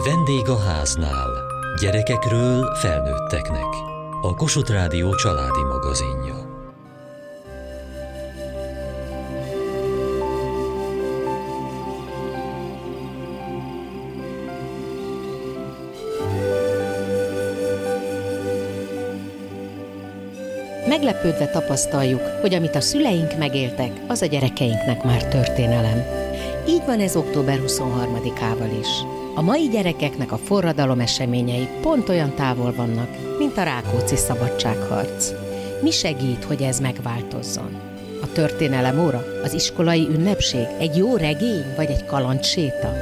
Vendég a háznál. Gyerekekről felnőtteknek. A Kossuth Rádió családi magazinja. Meglepődve tapasztaljuk, hogy amit a szüleink megéltek, az a gyerekeinknek már történelem. Így van ez október 23-ával is. A mai gyerekeknek a forradalom eseményei pont olyan távol vannak, mint a Rákóczi szabadságharc. Mi segít, hogy ez megváltozzon? A történelem óra? Az iskolai ünnepség? Egy jó regény? Vagy egy kalandséta?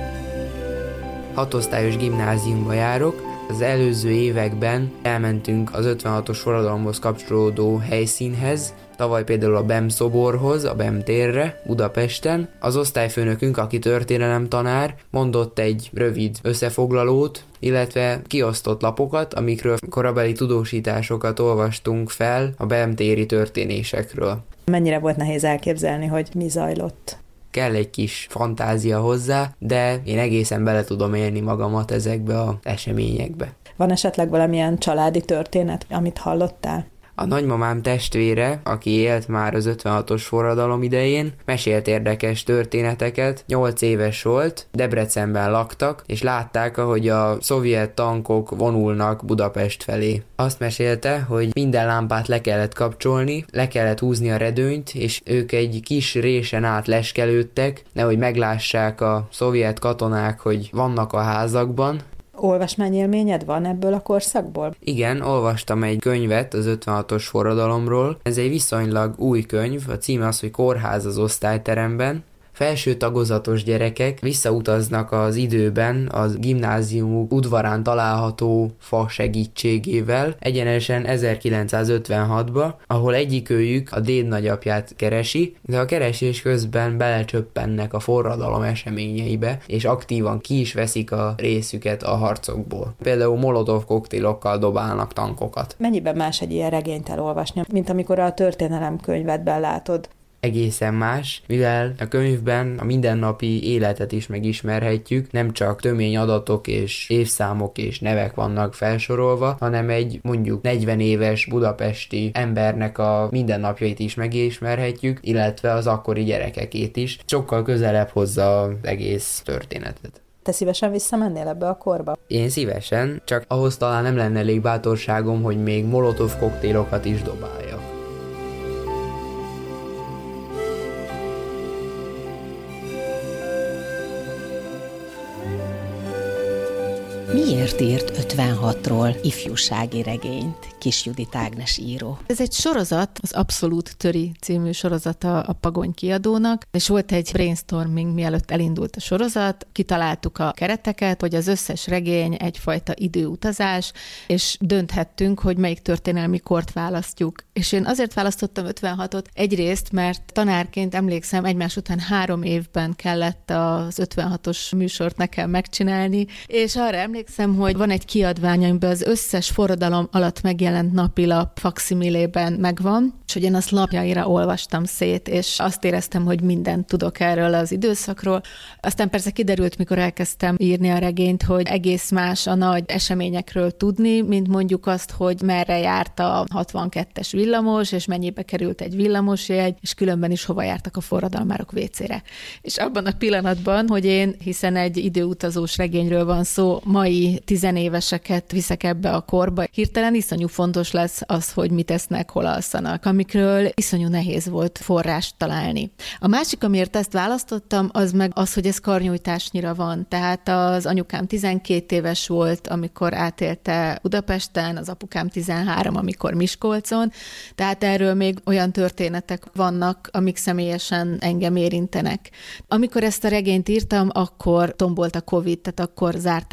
6 osztályos gimnáziumba járok. Az előző években elmentünk az 56-os forradalomhoz kapcsolódó helyszínhez, tavaly például a BEM szoborhoz, a BEM térre, Budapesten. Az osztályfőnökünk, aki történelemtanár, mondott egy rövid összefoglalót, illetve kiosztott lapokat, amikről korabeli tudósításokat olvastunk fel a BEM téri történésekről. Mennyire volt nehéz elképzelni, hogy mi zajlott? Kell egy kis fantázia hozzá, de én egészen bele tudom élni magamat ezekbe az eseményekbe. Van esetleg valamilyen családi történet, amit hallottál? A nagymamám testvére, aki élt már az 56-os forradalom idején, mesélt érdekes történeteket. 8 éves volt, Debrecenben laktak, és látták, ahogy a szovjet tankok vonulnak Budapest felé. Azt mesélte, hogy minden lámpát le kellett kapcsolni, le kellett húzni a redőnyt, és ők egy kis résen át leskelődtek, nehogy meglássák a szovjet katonák, hogy vannak a házakban. Olvasmányélményed van ebből a korszakból? Igen, olvastam egy könyvet az 56-os forradalomról. Ez egy viszonylag új könyv, a címe az, hogy Kórház az osztályteremben. Felső tagozatos gyerekek visszautaznak az időben az gimnáziumuk udvarán található fa segítségével, egyenesen 1956-ba, ahol egyikőjük a dédnagyapját keresi, de a keresés közben belecsöppennek a forradalom eseményeibe, és aktívan ki is veszik a részüket a harcokból. Például molotov koktélokkal dobálnak tankokat. Mennyiben más egy ilyen regényt elolvasni, mint amikor a történelemkönyvedben látod? Egészen más, mivel a könyvben a mindennapi életet is megismerhetjük, nem csak tömény adatok és évszámok és nevek vannak felsorolva, hanem egy mondjuk 40 éves budapesti embernek a mindennapjait is megismerhetjük, illetve az akkori gyerekekét is. Sokkal közelebb hozza az egész történetet. Te szívesen visszamennél ebbe a korba? Én szívesen, csak ahhoz talán nem lenne elég bátorságom, hogy még molotov koktélokat is dobáljak. Miért írt 56-ról ifjúsági regényt Kis Judit Ágnes író? Ez egy sorozat, az Abszolút Töri című sorozata a Pagony kiadónak, és volt egy brainstorming, mielőtt elindult a sorozat, kitaláltuk a kereteket, hogy az összes regény egyfajta időutazás, és dönthettünk, hogy melyik történelmi kort választjuk. És én azért választottam 56-ot, egyrészt, mert tanárként emlékszem, egymás után 3 évben kellett az 56-os műsort nekem megcsinálni, és arra emlékszem, hogy van egy kiadvány, amiben az összes forradalom alatt megjelent napilap fakszimilében megvan, és hogy én azt lapjaira olvastam szét, és azt éreztem, hogy mindent tudok erről az időszakról. Aztán persze kiderült, mikor elkezdtem írni a regényt, hogy egész más a nagy eseményekről tudni, mint mondjuk azt, hogy merre járt a 62-es villamos, és mennyibe került egy villamosjegy, és különben is hova jártak a forradalmárok vécére. És abban a pillanatban, hogy én, hiszen egy időutazós regényről van szó, mai 10 éveseket viszek ebbe a korba, hirtelen iszonyú fontos lesz az, hogy mit esznek, hol alszanak, amikről iszonyú nehéz volt forrást találni. A másik, amiért ezt választottam, az meg az, hogy ez karnyújtásnyira van. Tehát az anyukám 12 éves volt, amikor átélte Budapesten, az apukám 13, amikor Miskolcon, tehát erről még olyan történetek vannak, amik személyesen engem érintenek. Amikor ezt a regényt írtam, akkor tombolt a Covid, tehát akkor zárták le először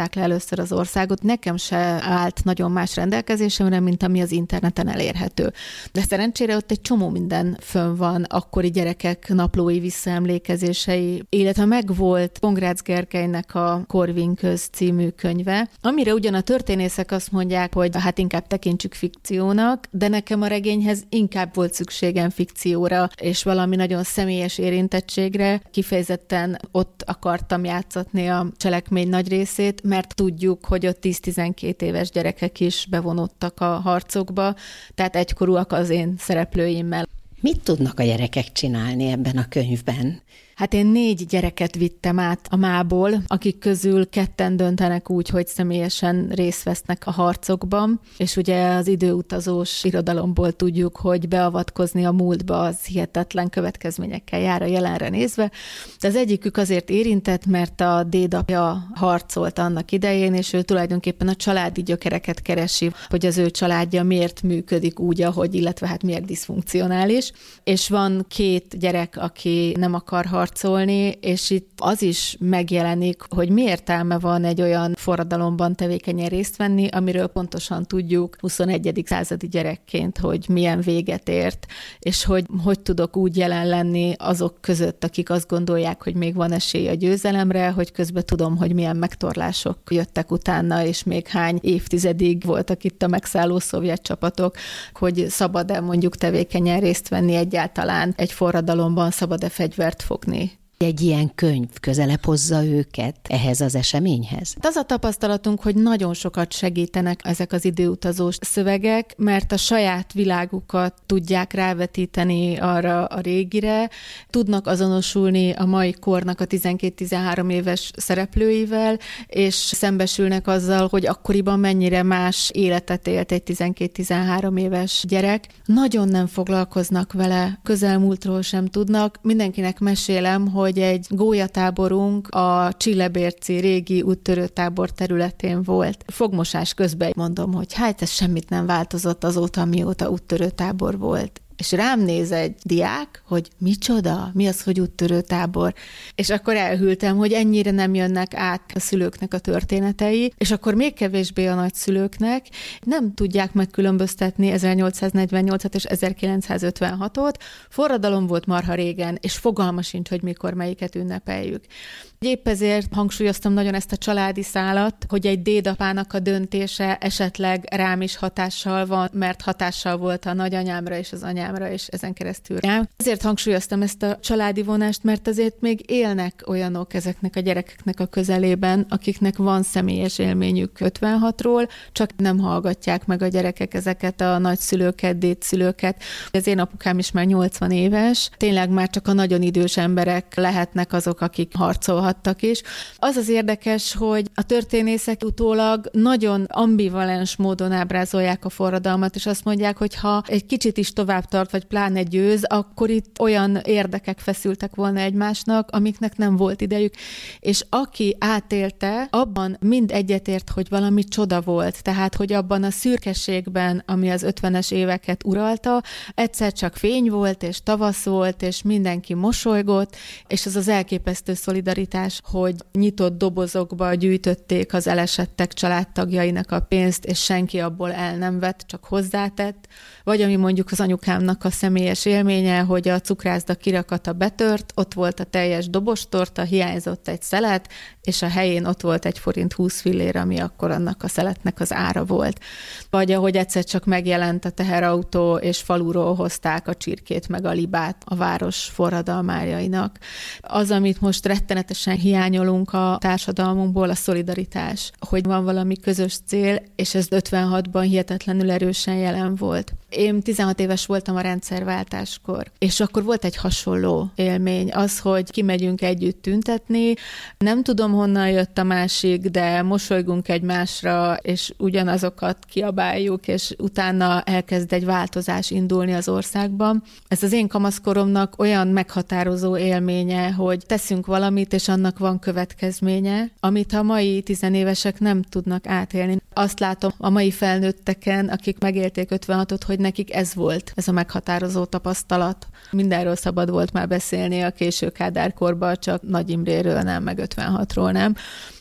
először az országot, nekem se állt nagyon más rendelkezésemre, mint ami az interneten elérhető. De szerencsére ott egy csomó minden fönn van, akkori gyerekek naplói visszaemlékezései, illetve megvolt Pongrácz Gergelynek a Korvinköz című könyve, amire ugyan a történészek azt mondják, hogy hát inkább tekintsük fikciónak, de nekem a regényhez inkább volt szükségem fikcióra, és valami nagyon személyes érintettségre. Kifejezetten ott akartam játszatni a cselekmény nagy részét, mert tudjuk, hogy ott 10-12 éves gyerekek is bevonódtak a harcokba, tehát egykorúak az én szereplőimmel. Mit tudnak a gyerekek csinálni ebben a könyvben? Hát én 4 gyereket vittem át a mából, akik közül 2 döntenek úgy, hogy személyesen részt vesznek a harcokban, és ugye az időutazós irodalomból tudjuk, hogy beavatkozni a múltba az hihetetlen következményekkel jár a jelenre nézve. De az egyikük azért érintett, mert a dédapja harcolt annak idején, és ő tulajdonképpen a családi gyökereket keresi, hogy az ő családja miért működik úgy, ahogy, illetve hát miért diszfunkcionális. És van 2 gyerek, aki nem akar harcolni, és itt az is megjelenik, hogy mi értelme van egy olyan forradalomban tevékenyen részt venni, amiről pontosan tudjuk 21. századi gyerekként, hogy milyen véget ért, és hogy tudok úgy jelen lenni azok között, akik azt gondolják, hogy még van esély a győzelemre, hogy közben tudom, hogy milyen megtorlások jöttek utána, és még hány évtizedig voltak itt a megszálló szovjet csapatok, hogy szabad-e mondjuk tevékenyen részt venni egyáltalán egy forradalomban, szabad-e fegyvert fogni. Egy ilyen könyv közelebb hozza őket ehhez az eseményhez? Az a tapasztalatunk, hogy nagyon sokat segítenek ezek az időutazós szövegek, mert a saját világukat tudják rávetíteni arra a régire, tudnak azonosulni a mai kornak a 12-13 éves szereplőivel, és szembesülnek azzal, hogy akkoriban mennyire más életet élt egy 12-13 éves gyerek. Nagyon nem foglalkoznak vele, közelmúltról sem tudnak. Mindenkinek mesélem, hogy egy gólyatáborunk a Csillebérci régi úttörőtábor területén volt. Fogmosás közben mondom, hogy hát ez semmit nem változott azóta, mióta úttörőtábor volt. És rám néz egy diák, hogy micsoda, mi az, hogy úttörőtábor? És akkor elhűltem, hogy ennyire nem jönnek át a szülőknek a történetei, és akkor még kevésbé a nagyszülőknek nem tudják megkülönböztetni 1848-at és 1956-ot. Forradalom volt marha régen, és fogalma sincs, hogy mikor melyiket ünnepeljük. Épp ezért hangsúlyoztam nagyon ezt a családi szálat, hogy egy dédapának a döntése esetleg rám is hatással van, mert hatással volt a nagyanyámra és az anyámra, és ezen keresztül rám. Ezért hangsúlyoztam ezt a családi vonást, mert azért még élnek olyanok ezeknek a gyerekeknek a közelében, akiknek van személyes élményük 56-ról, csak nem hallgatják meg a gyerekek ezeket a nagyszülőket, dédszülőket. Az én apukám is már 80 éves, tényleg már csak a nagyon idős emberek lehetnek azok, akik harcolhatnak is. Az az érdekes, hogy a történészek utólag nagyon ambivalens módon ábrázolják a forradalmat, és azt mondják, hogy ha egy kicsit is tovább tart, vagy pláne győz, akkor itt olyan érdekek feszültek volna egymásnak, amiknek nem volt idejük. És aki átélte, abban mind egyetért, hogy valami csoda volt. Tehát, hogy abban a szürkeségben, ami az 50-es éveket uralta, egyszer csak fény volt, és tavasz volt, és mindenki mosolygott, és az az elképesztő szolidaritás, hogy nyitott dobozokba gyűjtötték az elesettek családtagjainak a pénzt, és senki abból el nem vett, csak hozzátett. Vagy ami mondjuk az anyukámnak a személyes élménye, hogy a cukrászda kirakata betört, ott volt a teljes dobostorta, hiányzott egy szelet, és a helyén ott volt 1 forint 20 fillér, ami akkor annak a szeletnek az ára volt. Vagy ahogy egyszer csak megjelent a teherautó, és faluról hozták a csirkét meg a libát a város forradalmárjainak. Az, amit most rettenetesen hiányolunk a társadalmunkból, a szolidaritás, hogy van valami közös cél, és ez 56-ban hihetetlenül erősen jelen volt. Én 16 éves voltam a rendszerváltáskor, és akkor volt egy hasonló élmény, az, hogy kimegyünk együtt tüntetni, nem tudom, honnan jött a másik, de mosolygunk egymásra, és ugyanazokat kiabáljuk, és utána elkezd egy változás indulni az országban. Ez az én kamaszkoromnak olyan meghatározó élménye, hogy teszünk valamit, és annak van következménye, amit a mai tizenévesek nem tudnak átélni. Azt látom a mai felnőtteken, akik megélték 56-ot, hogy nekik ez volt, ez a meghatározó tapasztalat. Mindenről szabad volt már beszélni a késő Kádár korban, csak Nagy Imréről nem, meg 56-ról nem.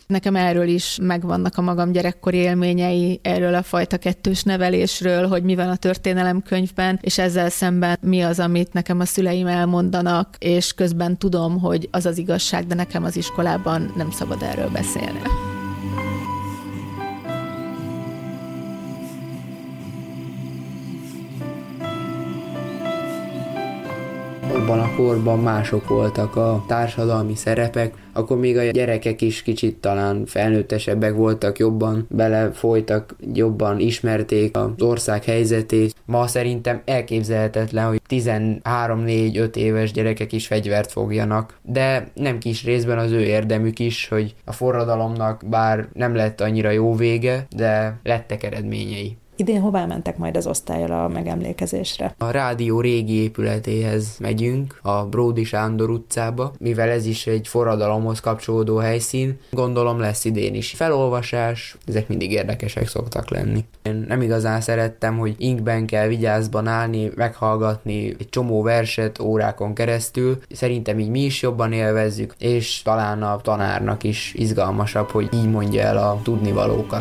Nekem erről is megvannak a magam gyerekkori élményei, erről a fajta kettős nevelésről, hogy mi van a történelemkönyvben, és ezzel szemben mi az, amit nekem a szüleim elmondanak, és közben tudom, hogy az az igazság, de nekem az iskolában nem szabad erről beszélni. Abban a korban mások voltak a társadalmi szerepek, akkor még a gyerekek is kicsit talán felnőttesebbek voltak, jobban belefolytak, jobban ismerték az ország helyzetét. Ma szerintem elképzelhetetlen, hogy 13-4-5 éves gyerekek is fegyvert fogjanak, de nem kis részben az ő érdemük is, hogy a forradalomnak bár nem lett annyira jó vége, de lettek eredményei. Idén hová mentek majd az osztállyal a megemlékezésre? A rádió régi épületéhez megyünk, a Bródi Sándor utcába, mivel ez is egy forradalomhoz kapcsolódó helyszín. Gondolom lesz idén is felolvasás, ezek mindig érdekesek szoktak lenni. Én nem igazán szerettem, hogy inkben kell vigyázban állni, meghallgatni egy csomó verset órákon keresztül. Szerintem így mi is jobban élvezzük, és talán a tanárnak is izgalmasabb, hogy így mondja el a tudnivalókat.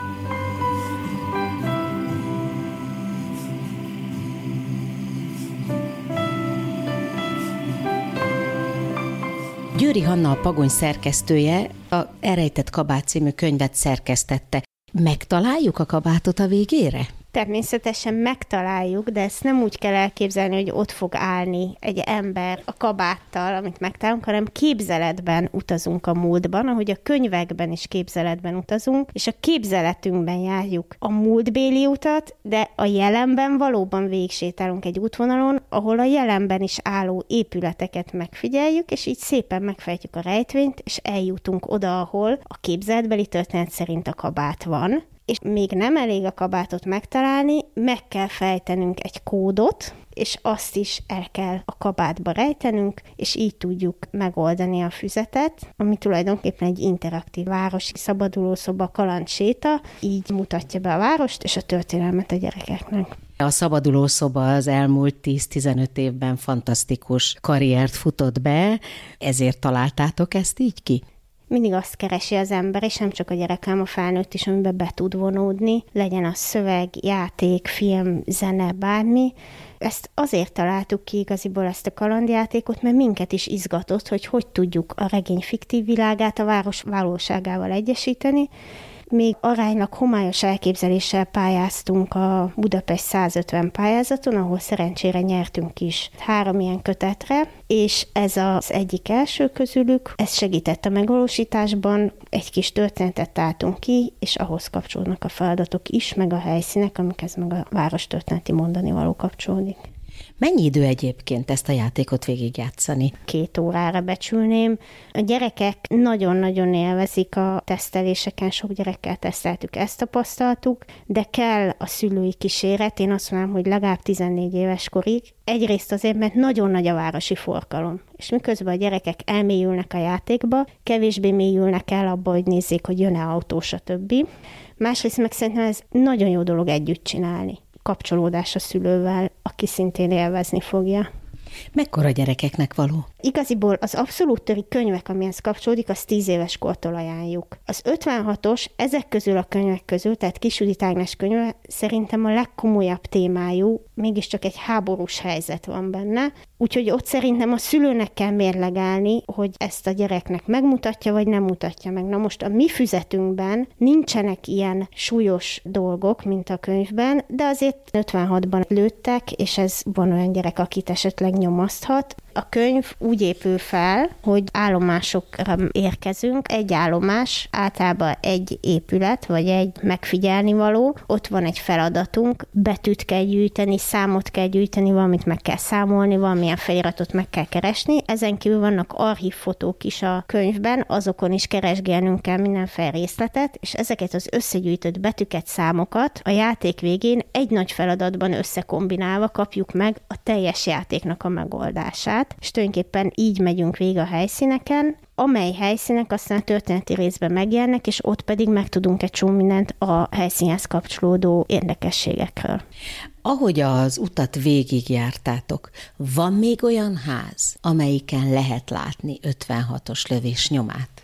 Győri Hanna, a Pagony szerkesztője, a Elrejtett kabát című könyvet szerkesztette. Megtaláljuk a kabátot a végére? Természetesen megtaláljuk, de ezt nem úgy kell elképzelni, hogy ott fog állni egy ember a kabáttal, amit megtalálunk, hanem képzeletben utazunk a múltban, ahogy a könyvekben is képzeletben utazunk, és a képzeletünkben járjuk a múltbéli utat, de a jelenben valóban végigsétálunk egy útvonalon, ahol a jelenben is álló épületeket megfigyeljük, és így szépen megfejtjük a rejtvényt, és eljutunk oda, ahol a képzeletbeli történet szerint a kabát van. És még nem elég a kabátot megtalálni, meg kell fejtenünk egy kódot, és azt is el kell a kabátba rejtenünk, és így tudjuk megoldani a füzetet, ami tulajdonképpen egy interaktív városi szabadulószoba kalandséta, így mutatja be a várost és a történelmet a gyerekeknek. A szabadulószoba az elmúlt 10-15 évben fantasztikus karriert futott be, ezért találtátok ezt így ki? Mindig azt keresi az ember, és nem csak a gyerek, hanem a felnőtt is, amiben be tud vonódni, legyen az szöveg, játék, film, zene, bármi. Ezt azért találtuk ki igaziból, ezt a kalandjátékot, mert minket is izgatott, hogy tudjuk a regény fiktív világát a város valóságával egyesíteni. Még aránylag homályos elképzeléssel pályáztunk a Budapest 150 pályázaton, ahol szerencsére nyertünk is 3 ilyen kötetre, és ez az egyik első közülük. Ez segített a megvalósításban, egy kis történetet találtunk ki, és ahhoz kapcsolódnak a feladatok is, meg a helyszínek, amikhez meg a várostörténeti mondanivaló kapcsolódik. Mennyi idő egyébként ezt a játékot végigjátszani? 2 órára becsülném. A gyerekek nagyon-nagyon élvezik a teszteléseken, sok gyerekkel teszteltük, ezt tapasztaltuk, de kell a szülői kíséret, én azt mondom, hogy legalább 14 éves korig. Egyrészt azért, mert nagyon nagy a városi forgalom, és miközben a gyerekek elmélyülnek a játékba, kevésbé mélyülnek el abba, hogy nézzék, hogy jön-e autó, stb. Másrészt meg szerintem ez nagyon jó dolog együtt csinálni. Kapcsolódás a szülővel, aki szintén élvezni fogja. Mekkora gyerekeknek való? Igaziból az abszolút töri könyvek, amihez kapcsolódik, az 10 éves kortól ajánljuk. Az 56-os ezek közül a könyvek közül, tehát Kis Judit Ágnes könyve szerintem a legkomolyabb témájú, mégiscsak egy háborús helyzet van benne, úgyhogy ott szerintem a szülőnek kell mérlegelni, hogy ezt a gyereknek megmutatja, vagy nem mutatja meg. Na most a mi füzetünkben nincsenek ilyen súlyos dolgok, mint a könyvben, de azért 56-ban lőttek, és ez van olyan gyerek, akit esetleg nyomaszthat. A könyv úgy épül fel, hogy állomásokra érkezünk. Egy állomás, általában egy épület, vagy egy megfigyelnivaló. Ott van egy feladatunk, betűt kell gyűjteni, számot kell gyűjteni, valamit meg kell számolni, valamilyen feliratot meg kell keresni. Ezen kívül vannak archívfotók is a könyvben, azokon is keresgélnünk kell mindenféle részletet, és ezeket az összegyűjtött betűket, számokat a játék végén egy nagy feladatban összekombinálva kapjuk meg a teljes játéknak a megoldását. És tulajdonképpen így megyünk végig a helyszíneken, amely helyszínek aztán a történeti részben megjelennek, és ott pedig megtudunk egy csomó mindent a helyszínhez kapcsolódó érdekességekről. Ahogy az utat végigjártátok, van még olyan ház, amelyiken lehet látni 56-os lövés nyomát?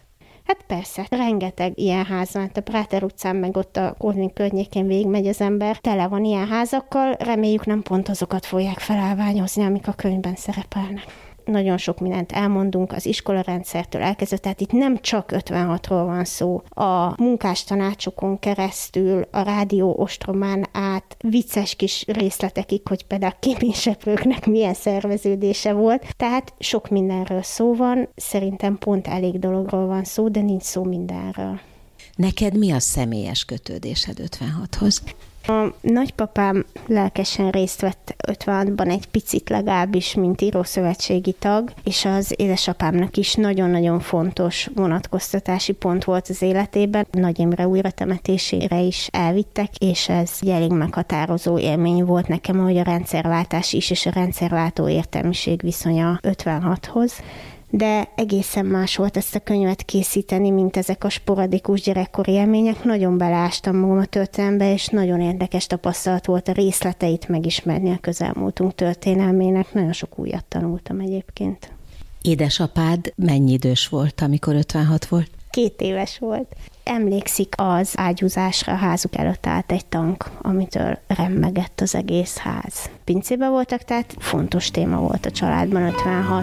Hát persze, rengeteg ilyen ház van. A Práter utcán, meg ott a Korvin környékén végigmegy az ember. Tele van ilyen házakkal, reméljük nem pont azokat fogják felállványozni, amik a könyvben szerepelnek. Nagyon sok mindent elmondunk az iskolarendszertől elkezdve, tehát itt nem csak 56-ról van szó. A munkástanácsokon keresztül, a rádió ostromán át, vicces kis részletekig, hogy például a kéményseprőknek milyen szerveződése volt. Tehát sok mindenről szó van, szerintem pont elég dologról van szó, de nincs szó mindenről. Neked mi a személyes kötődésed 56-hoz? A nagypapám lelkesen részt vett 56-ban egy picit legalábbis, mint írószövetségi tag, és az édesapámnak is nagyon-nagyon fontos vonatkoztatási pont volt az életében. Nagy Imre újratemetésére is elvittek, és ez egy elég meghatározó élmény volt nekem, hogy a rendszerváltás is, és a rendszerváltó értelmiség viszonya 56-hoz. De egészen más volt ezt a könyvet készíteni, mint ezek a sporadikus gyerekkori élmények. Nagyon beleástam magam a történelembe, és nagyon érdekes tapasztalat volt a részleteit megismerni a közelmúltunk történelmének. Nagyon sok újat tanultam egyébként. Édesapád mennyi idős volt, amikor 56 volt? 2 éves volt. Emlékszik az ágyúzásra, a házuk előtt állt egy tank, amitől remmegett az egész ház. Pincébe voltak, tehát fontos téma volt a családban 56.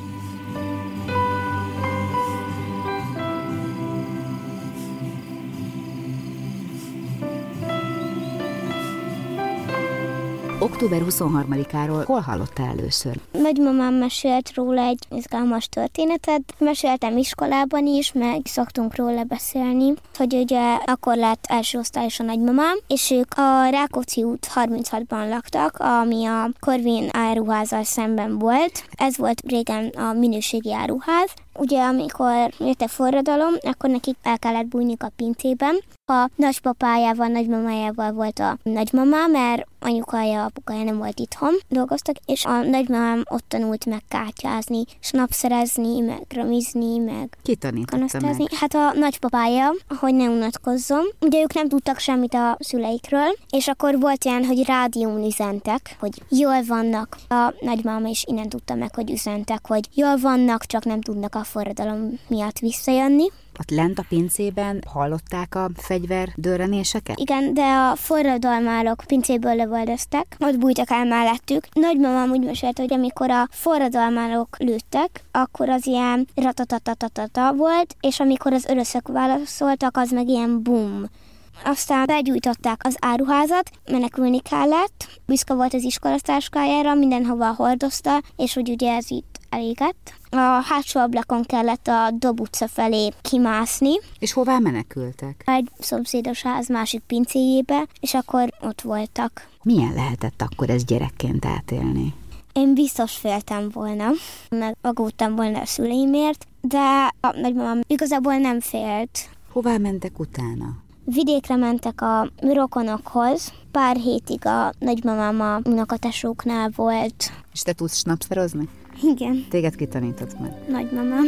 Október 23-áról hol hallottál először? Nagymamám mesélt róla egy izgalmas történetet. Meséltem iskolában is, meg szoktunk róla beszélni, hogy ugye akkor lett első osztályos a nagymamám, és ők a Rákóczi út 36-ban laktak, ami a Korvin áruházzal szemben volt. Ez volt régen a minőségi áruház. Ugye, amikor jött a forradalom, akkor nekik el kellett bújniuk a pincében. A nagypapájával, nagymamájával volt a nagymamám, mert anyukája, apukája nem volt itthon, dolgoztak, és a nagymamám ott tanult meg kártyázni, snapszerezni, meg ramizni, meg Ki tanította meg? Hát a nagypapája, hogy ne unatkozzon. Ugye ők nem tudtak semmit a szüleikről, és akkor volt ilyen, hogy rádión üzentek, hogy jól vannak. A nagymama is innen tudta meg, hogy üzentek, hogy jól vannak, csak nem tudnak a forradalom miatt visszajönni. Ott lent a pincében hallották a fegyverdörrenéseket? Igen, de a forradalmárok pincéből lövöldöztek, ott bújtak el mellettük. Nagymamám úgy mesélt, hogy amikor a forradalmárok lőttek, akkor az ilyen ratatatatata volt, és amikor az oroszok válaszoltak, az meg ilyen bum. Aztán begyújtották az áruházat, menekülni kellett, büszke volt az iskolatáskájára, mindenhova hordozta, és hogy ugye ez itt elégett. A hátsó ablakon kellett a Dob utca felé kimászni. És hová menekültek? Egy szomszédos ház másik pincéjébe, és akkor ott voltak. Milyen lehetett akkor ezt gyerekként átélni? Én biztos féltem volna, meg aggódtam volna a szüleimért, de a nagymamám igazából nem félt. Hová mentek utána? Vidékre mentek a rokonokhoz. Pár hétig a nagymamám a unokatesóknál volt. És te tudsz snapszerozni? Igen. Téged ki tanított meg? Nagymamám.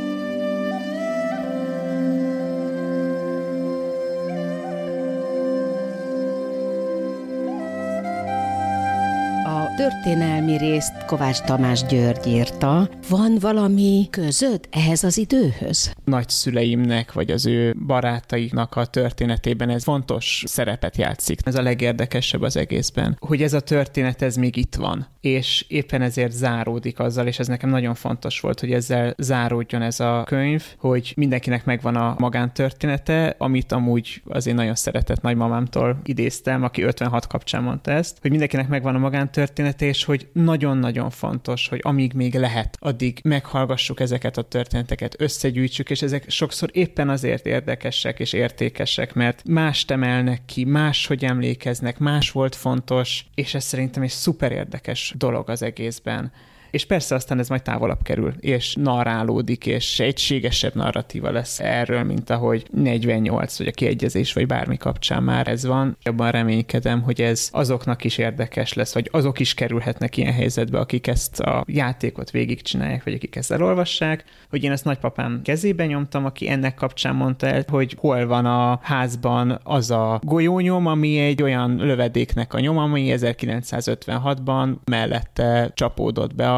A történelmi részt Kovács Tamás György írta. Van valami közöd ehhez az időhöz? Nagyszüleimnek, vagy az ő barátaiknak a történetében ez fontos szerepet játszik. Ez a legérdekesebb az egészben, hogy ez a történet, ez még itt van, és éppen ezért záródik azzal, és ez nekem nagyon fontos volt, hogy ezzel záródjon ez a könyv, hogy mindenkinek megvan a magántörténete, amit amúgy az én nagyon szeretett nagymamámtól idéztem, aki 56 kapcsán mondta ezt, hogy mindenkinek megvan a magántörténete, és hogy nagyon-nagyon fontos, hogy amíg még lehet, addig meghallgassuk ezeket a történeteket, összegyűjtsük, és ezek sokszor éppen azért érdekesek és értékesek, mert mást emelnek ki, máshogy emlékeznek, más volt fontos, és ez szerintem egy szuper érdekes dolog az egészben. És persze aztán ez majd távolabb kerül, és narrálódik, és egységesebb narratíva lesz erről, mint ahogy 48, vagy a kiegyezés, vagy bármi kapcsán már ez van. Abban reménykedem, hogy ez azoknak is érdekes lesz, vagy azok is kerülhetnek ilyen helyzetbe, akik ezt a játékot végigcsinálják, vagy akik ezt elolvassák, hogy én ezt nagypapám kezébe nyomtam, aki ennek kapcsán mondta el, hogy hol van a házban az a golyónyom, ami egy olyan lövedéknek a nyom, ami 1956-ban mellette csapódott be a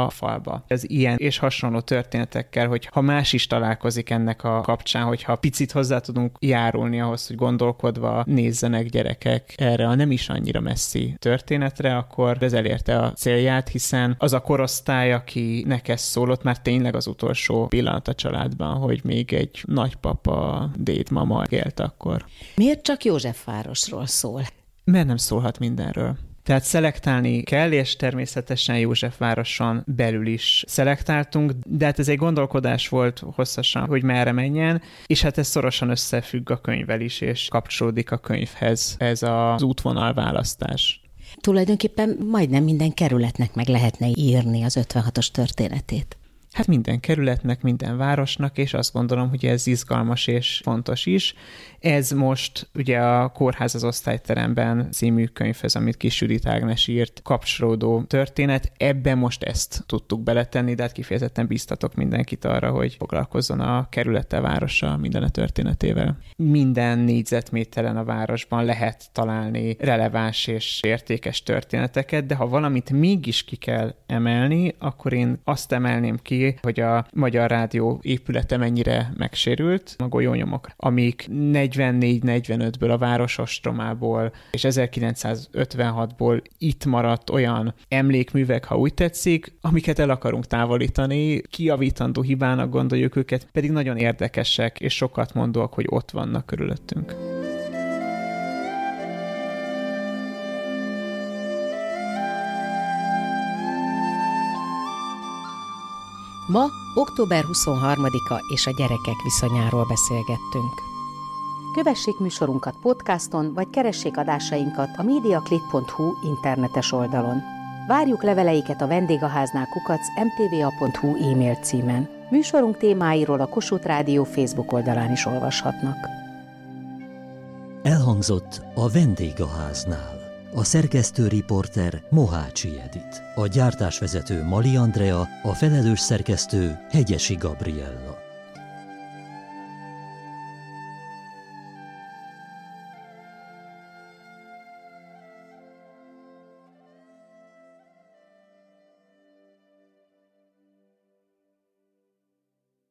a falba. Az ilyen és hasonló történetekkel, hogy ha más is találkozik ennek a kapcsán, hogyha picit hozzá tudunk járulni ahhoz, hogy gondolkodva nézzenek gyerekek erre a nem is annyira messzi történetre, akkor ez elérte a célját, hiszen az a korosztály, akinek ez szólott, már tényleg az utolsó pillanat a családban, hogy még egy nagypapa, dédmama élt akkor. Miért csak Józsefvárosról szól? Mert nem szólhat mindenről. Tehát szelektálni kell, és természetesen Józsefvároson belül is szelektáltunk, de hát ez egy gondolkodás volt hosszasan, hogy merre menjen, és hát ez szorosan összefügg a könyvvel is, és kapcsolódik a könyvhez ez az útvonalválasztás. Tulajdonképpen majdnem minden kerületnek meg lehetne írni az 56-os történetét. Hát minden kerületnek, minden városnak, és azt gondolom, hogy ez izgalmas és fontos is. Ez most ugye a Kórház az osztályteremben című könyvhez, amit Kis Judit Ágnes írt, kapcsolódó történet. Ebben most ezt tudtuk beletenni, de hát kifejezetten bíztatok mindenkit arra, hogy foglalkozzon a kerülete, városa minden a történetével. Minden négyzetméteren a városban lehet találni releváns és értékes történeteket, de ha valamit mégis ki kell emelni, akkor én azt emelném ki, hogy a Magyar Rádió épülete mennyire megsérült, a golyónyomok, amik 44-45-ből a város ostromából és 1956-ból itt maradt olyan emlékművek, ha úgy tetszik, amiket el akarunk távolítani, kijavítandó hibának gondoljuk őket, pedig nagyon érdekesek és sokat mondóak, hogy ott vannak körülöttünk. Ma október 23-a és a gyerekek viszonyáról beszélgettünk. Kövessék műsorunkat podcaston, vagy keressék adásainkat a mediaclick.hu internetes oldalon. Várjuk leveleiket a vendégháznál @mtva.hu e-mail címen. Műsorunk témáiról a Kossuth Rádió Facebook oldalán is olvashatnak. Elhangzott a vendégháznál. A szerkesztő riporter Mohácsi Edit, a gyártásvezető Mali Andrea, a felelős szerkesztő Hegyesi Gabriella.